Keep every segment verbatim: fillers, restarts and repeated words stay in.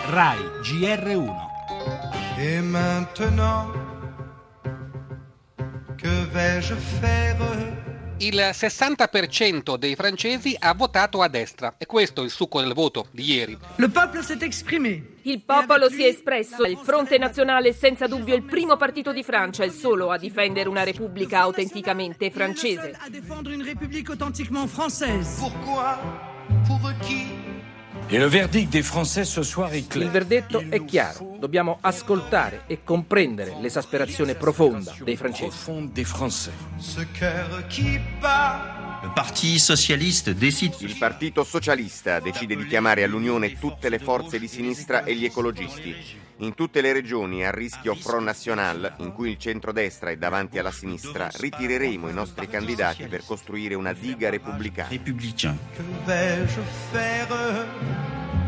Rai G R uno. Et maintenant, que vais-je faire? Il sessanta per cento dei francesi ha votato a destra. E questo è il succo del voto di ieri. Le peuple s'est exprimé. Il popolo si è espresso. Il Fronte Nazionale è senza dubbio il primo partito di Francia, il solo a difendere una repubblica autenticamente francese. A défendre une république authentiquement française. Pourquoi? Pour qui? Et le verdict des Français ce soir est clair. Il verdetto è chiaro. Dobbiamo ascoltare e comprendere l'esasperazione profonda dei francesi. Des Français. Ce cœur qui bat. Il Partito Socialiste decide. Il Partito Socialista decide di chiamare all'unione tutte le forze di sinistra e gli ecologisti. In tutte le regioni a rischio Front National, in cui il centrodestra è davanti alla sinistra, ritireremo i nostri candidati per costruire una diga repubblicana. Républicain. Que vais-je faire?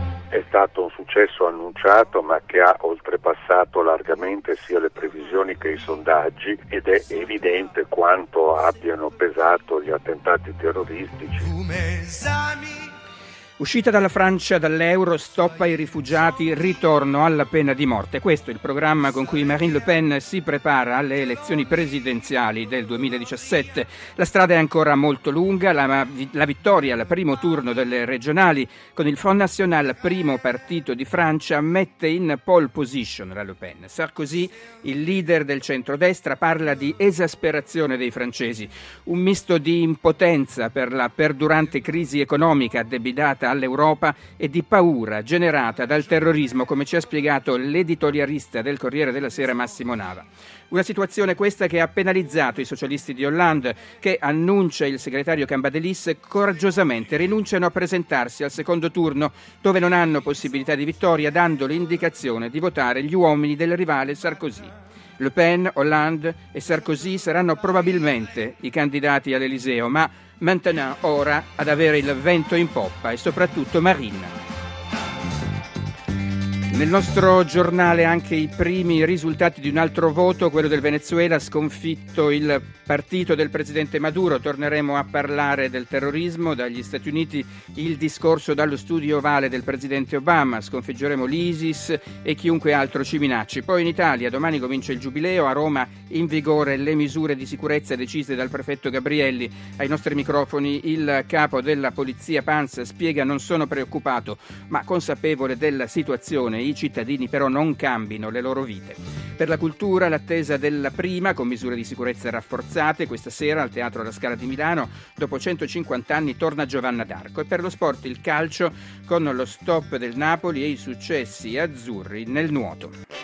È stato un successo annunciato, ma che ha oltrepassato largamente sia le previsioni che i sondaggi, ed è evidente quanto abbiano pesato gli attentati terroristici. Vous mes amis. Uscita dalla Francia dall'euro, stop ai rifugiati, ritorno alla pena di morte. Questo è il programma con cui Marine Le Pen si prepara alle elezioni presidenziali del duemiladiciassette. La strada è ancora molto lunga, la, la vittoria al primo turno delle regionali con il Front National, primo partito di Francia, mette in pole position la Le Pen. Sarkozy, il leader del centrodestra, parla di esasperazione dei francesi, un misto di impotenza per la perdurante crisi economica addebitata all'Europa e di paura generata dal terrorismo, come ci ha spiegato l'editorialista del Corriere della Sera Massimo Nava. Una situazione questa che ha penalizzato i socialisti di Hollande, che, annuncia il segretario Cambadélis, coraggiosamente rinunciano a presentarsi al secondo turno, dove non hanno possibilità di vittoria, dando l'indicazione di votare gli uomini del rivale Sarkozy. Le Pen, Hollande e Sarkozy saranno probabilmente i candidati all'Eliseo, ma maintenant, ora, ad avere il vento in poppa, e soprattutto Marine. Nel nostro giornale anche i primi risultati di un altro voto, quello del Venezuela, sconfitto il partito del presidente Maduro. Torneremo a parlare del terrorismo. Dagli Stati Uniti il discorso dallo studio ovale del presidente Obama. Sconfiggeremo l'ISIS e chiunque altro ci minacci. Poi in Italia domani comincia il giubileo, a Roma in vigore le misure di sicurezza decise dal prefetto Gabrielli. Ai nostri microfoni il capo della polizia Panza spiega: non sono preoccupato ma consapevole della situazione. I cittadini però non cambino le loro vite. Per la cultura l'attesa della prima, con misure di sicurezza rafforzate. Questa sera al Teatro alla Scala di Milano, dopo centocinquanta anni, torna Giovanna d'Arco. E per lo sport il calcio, con lo stop del Napoli e i successi azzurri nel nuoto.